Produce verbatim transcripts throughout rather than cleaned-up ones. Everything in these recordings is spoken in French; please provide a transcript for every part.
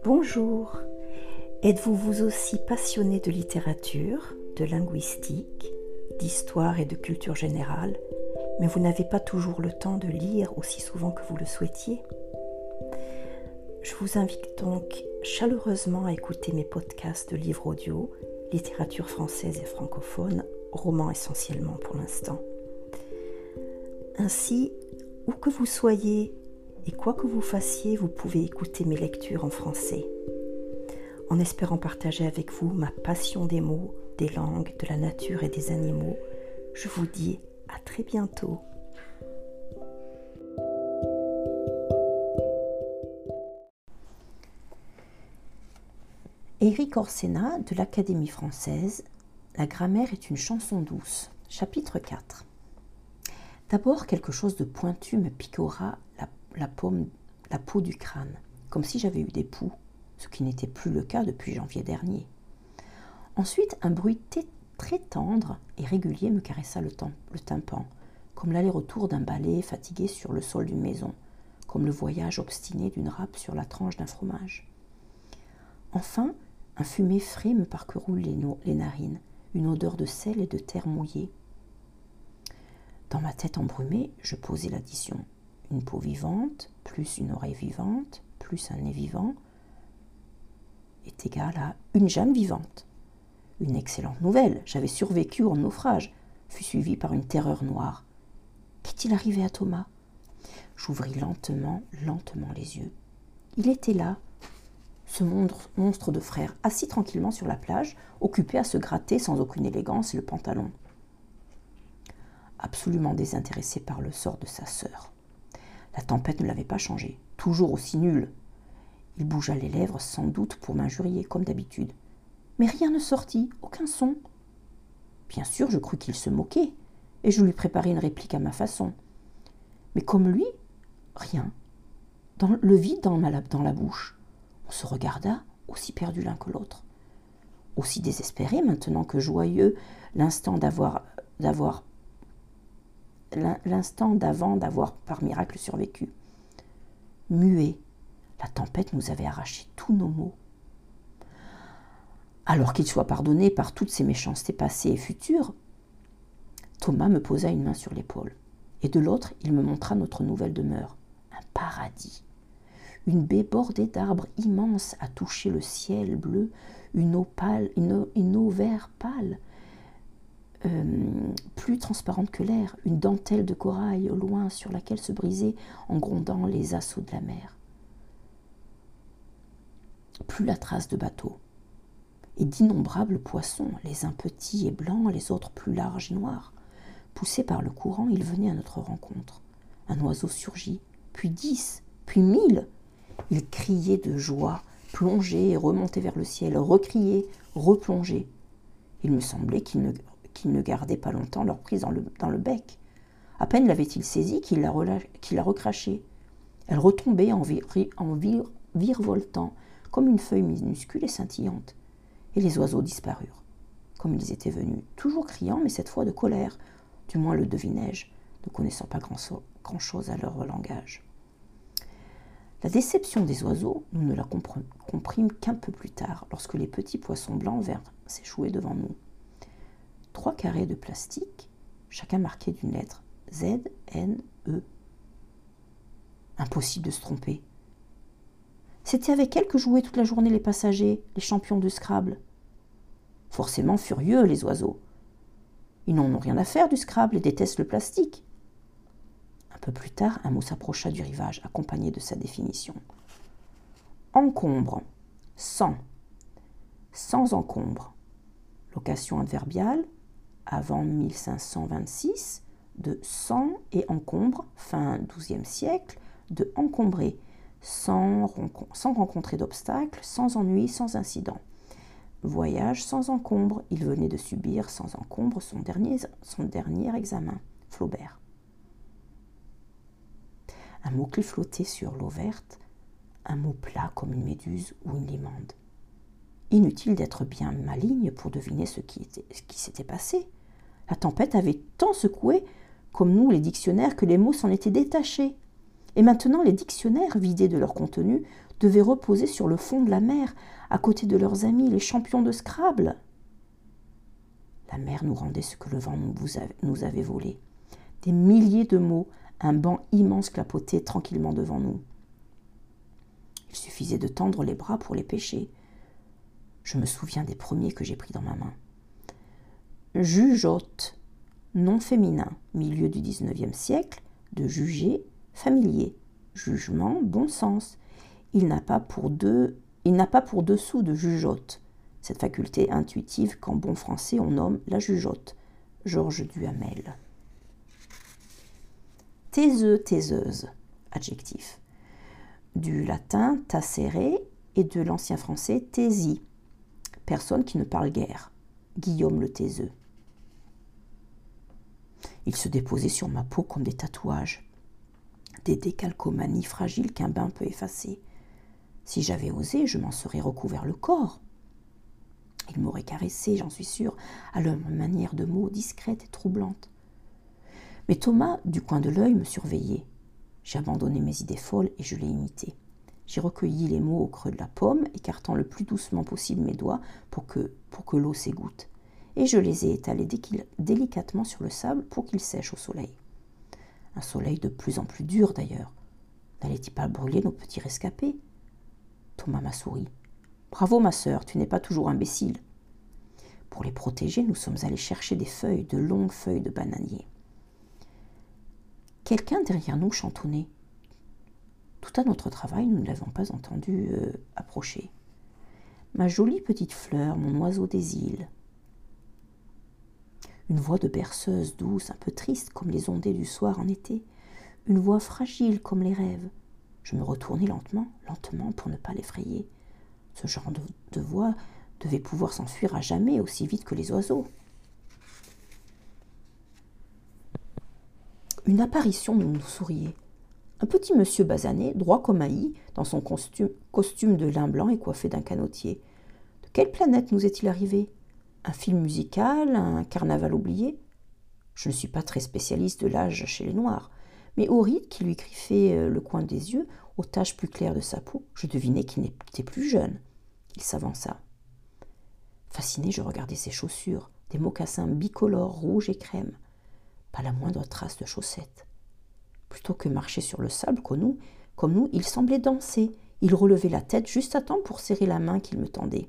Bonjour, êtes-vous vous aussi passionné de littérature, de linguistique, d'histoire et de culture générale, mais vous n'avez pas toujours le temps de lire aussi souvent que vous le souhaitiez? Je vous invite donc chaleureusement à écouter mes podcasts de livres audio, littérature française et francophone, romans essentiellement pour l'instant. Ainsi, où que vous soyez et quoi que vous fassiez, vous pouvez écouter mes lectures en français, en espérant partager avec vous ma passion des mots, des langues, de la nature et des animaux. Je vous dis à très bientôt. Éric Orsena de l'Académie française, La grammaire est une chanson douce, chapitre quatre. D'abord, quelque chose de pointu me piqûra la, la, paume, la peau du crâne, comme si j'avais eu des poux, ce qui n'était plus le cas depuis janvier dernier. Ensuite, un bruit t- très tendre et régulier me caressa le, temps, le tympan, comme l'aller-retour d'un balai fatigué sur le sol d'une maison, comme le voyage obstiné d'une râpe sur la tranche d'un fromage. Enfin, un fumé frais me parcourut les, no- les narines, une odeur de sel et de terre mouillée. Dans ma tête embrumée, je posais l'addition. Une peau vivante, plus une oreille vivante, plus un nez vivant, est égal à une jambe vivante. Une excellente nouvelle, j'avais survécu au naufrage, fut suivie par une terreur noire. Qu'est-il arrivé à Thomas? J'ouvris lentement, lentement les yeux. Il était là, ce monstre de frère, assis tranquillement sur la plage, occupé à se gratter sans aucune élégance le pantalon. Absolument désintéressé par le sort de sa sœur. La tempête ne l'avait pas changé, toujours aussi nul. Il bougea les lèvres sans doute pour m'injurier, comme d'habitude. Mais rien ne sortit, aucun son. Bien sûr, je crus qu'il se moquait, et je lui préparai une réplique à ma façon. Mais comme lui, rien. Dans le vide dans, ma, dans la bouche. On se regarda, aussi perdus l'un que l'autre. Aussi désespérés maintenant que joyeux, l'instant d'avoir, d'avoir l'instant d'avant d'avoir par miracle survécu. Muets, la tempête nous avait arraché tous nos maux. Alors qu'il soit pardonné par toutes ses méchancetés passées et futures, Thomas me posa une main sur l'épaule, et de l'autre, il me montra notre nouvelle demeure, un paradis. Une baie bordée d'arbres immenses à toucher le ciel bleu, une eau pâle, une eau, une eau vert pâle, Euh, plus transparente que l'air, une dentelle de corail au loin sur laquelle se brisaient en grondant les assauts de la mer. Plus la trace de bateaux. Et d'innombrables poissons, les uns petits et blancs, les autres plus larges et noirs. Poussés par le courant, ils venaient à notre rencontre. Un oiseau surgit, puis dix, puis mille. Ils criaient de joie, plongeaient et remontaient vers le ciel, recriaient, replongeaient. Il me semblait qu'ils ne qu'ils ne gardaient pas longtemps leur prise dans le, dans le bec. À peine l'avait-il saisie qu'il la, relâche, qu'il la recrachait. Elle retombait en, vir, en vir, virevoltant, comme une feuille minuscule et scintillante. Et les oiseaux disparurent, comme ils étaient venus, toujours criant, mais cette fois de colère, du moins le devinai-je, ne connaissant pas grand-chose grand chose à leur langage. La déception des oiseaux, nous ne la comprîmes qu'un peu plus tard, lorsque les petits poissons blancs vinrent s'échouer devant nous. Trois carrés de plastique, chacun marqué d'une lettre Z, N, E. Impossible de se tromper. C'était avec elle que jouaient toute la journée les passagers, les champions de Scrabble. Forcément furieux, les oiseaux. Ils n'en ont rien à faire du Scrabble et détestent le plastique. Un peu plus tard, un mot s'approcha du rivage, accompagné de sa définition. Encombre, sans. Sans encombre. Location adverbiale, avant mille cinq cent vingt-six, de sans et encombre, fin douzième siècle, de encombrer, sans, rencon- sans rencontrer d'obstacles, sans ennui, sans incident. Voyage sans encombre, il venait de subir sans encombre son dernier, son dernier examen. Flaubert. Un mot-clé flottait sur l'eau verte, un mot plat comme une méduse ou une limande. Inutile d'être bien maligne pour deviner ce qui, était, ce qui s'était passé. La tempête avait tant secoué, comme nous les dictionnaires, que les mots s'en étaient détachés. Et maintenant, les dictionnaires, vidés de leur contenu, devaient reposer sur le fond de la mer, à côté de leurs amis, les champions de Scrabble. La mer nous rendait ce que le vent nous avait volé. Des milliers de mots, un banc immense clapotait tranquillement devant nous. Il suffisait de tendre les bras pour les pêcher. Je me souviens des premiers que j'ai pris dans ma main. Jugeote, nom féminin, milieu du dix-neuvième siècle, de juger, familier, jugement, bon sens. Il n'a pas pour deux, il n'a pas pour dessous de jugeote, cette faculté intuitive qu'en bon français on nomme la jugeote. Georges Duhamel. Taiseux, taiseuse, adjectif. Du latin tacere et de l'ancien français taisi, personne qui ne parle guère. Guillaume le taiseux. Il se déposait sur ma peau comme des tatouages, des décalcomanies fragiles qu'un bain peut effacer. Si j'avais osé, je m'en serais recouvert le corps. Il m'aurait caressé, j'en suis sûre, à leur manière de mots discrète et troublante. Mais Thomas, du coin de l'œil, me surveillait. J'ai abandonné mes idées folles et je l'ai imité. J'ai recueilli les mots au creux de la pomme, écartant le plus doucement possible mes doigts pour que, pour que l'eau s'égoutte. Et je les ai étalés délicatement sur le sable pour qu'ils sèchent au soleil. Un soleil de plus en plus dur d'ailleurs. N'allait-il pas brûler nos petits rescapés ? Thomas m'a souri. Bravo ma sœur, tu n'es pas toujours imbécile. Pour les protéger, nous sommes allés chercher des feuilles, de longues feuilles de bananier. Quelqu'un derrière nous chantonnait. Tout à notre travail, nous ne l'avons pas entendu euh, approcher. Ma jolie petite fleur, mon oiseau des îles. Une voix de berceuse douce, un peu triste comme les ondées du soir en été. Une voix fragile comme les rêves. Je me retournai lentement, lentement pour ne pas l'effrayer. Ce genre de, de voix devait pouvoir s'enfuir à jamais aussi vite que les oiseaux. Une apparition nous souriait. Un petit monsieur basané, droit comme un i, dans son costume, costume de lin blanc et coiffé d'un canotier. De quelle planète nous est-il arrivé ? Un film musical, un carnaval oublié ? Je ne suis pas très spécialiste de l'âge chez les Noirs, mais au rythme qui lui griffait le coin des yeux, aux taches plus claires de sa peau, je devinais qu'il n'était plus jeune. Il s'avança. Fasciné, je regardais ses chaussures, des mocassins bicolores, rouges et crème. Pas la moindre trace de chaussettes. Plutôt que marcher sur le sable comme nous, comme nous, il semblait danser. Il relevait la tête juste à temps pour serrer la main qu'il me tendait.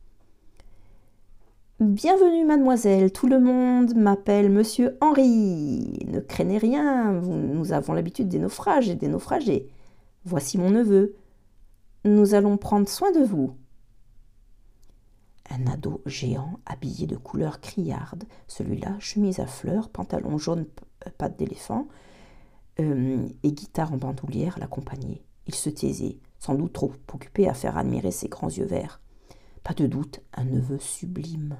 « Bienvenue, mademoiselle, tout le monde m'appelle Monsieur Henri. Ne craignez rien, nous avons l'habitude des naufrages et des naufragés. Voici mon neveu. Nous allons prendre soin de vous. » Un ado géant, habillé de couleur criarde, celui-là, chemise à fleurs, pantalon jaune, pattes d'éléphant, euh, et guitare en bandoulière l'accompagnait. Il se taisait, sans doute trop occupé à faire admirer ses grands yeux verts. Pas de doute, un neveu sublime.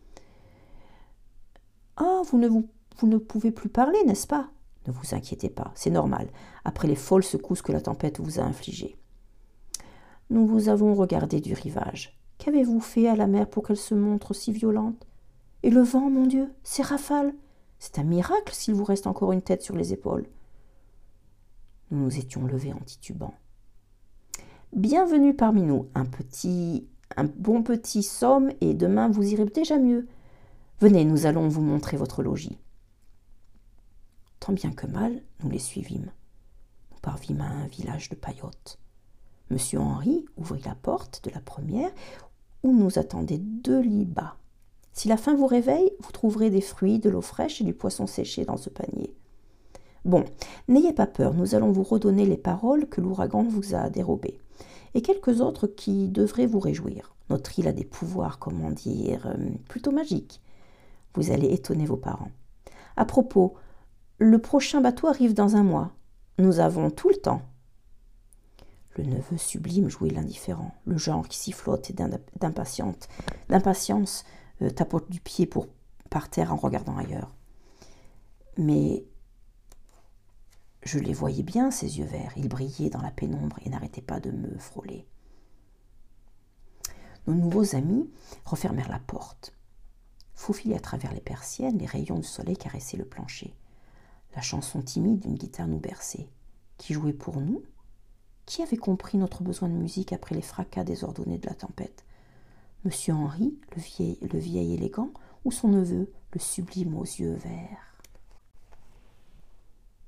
« Ah, vous ne, vous, vous ne pouvez plus parler, n'est-ce pas ? Ne vous inquiétez pas, c'est normal, après les folles secousses que la tempête vous a infligées. Nous vous avons regardé du rivage. Qu'avez-vous fait à la mer pour qu'elle se montre si violente ? Et le vent, mon Dieu, ces rafales, c'est un miracle s'il vous reste encore une tête sur les épaules. » Nous nous étions levés en titubant. « Bienvenue parmi nous, un petit, un bon petit somme, et demain vous irez déjà mieux. Venez, nous allons vous montrer votre logis. » Tant bien que mal, nous les suivîmes. Nous parvîmes à un village de paillotes. Monsieur Henri ouvrit la porte de la première où nous attendaient deux lits bas. « Si la faim vous réveille, vous trouverez des fruits, de l'eau fraîche et du poisson séché dans ce panier. Bon, n'ayez pas peur, nous allons vous redonner les paroles que l'ouragan vous a dérobées, et quelques autres qui devraient vous réjouir. Notre île a des pouvoirs, comment dire, euh, plutôt magiques. Vous allez étonner vos parents. À propos, le prochain bateau arrive dans un mois. Nous avons tout le temps. » Le neveu sublime jouait l'indifférent, le genre qui sifflote et d'impatience, d'impatience euh, tapote du pied pour, par terre en regardant ailleurs. Mais je les voyais bien, ces yeux verts. Ils brillaient dans la pénombre et n'arrêtaient pas de me frôler. Nos nouveaux amis refermèrent la porte. Faufilés à travers les persiennes, les rayons du soleil caressaient le plancher. La chanson timide d'une guitare nous berçait. qui jouait pour nous? Qui avait compris notre besoin de musique après les fracas désordonnés de la tempête? Monsieur Henri, le vieil, le vieil élégant, ou son neveu, le sublime aux yeux verts?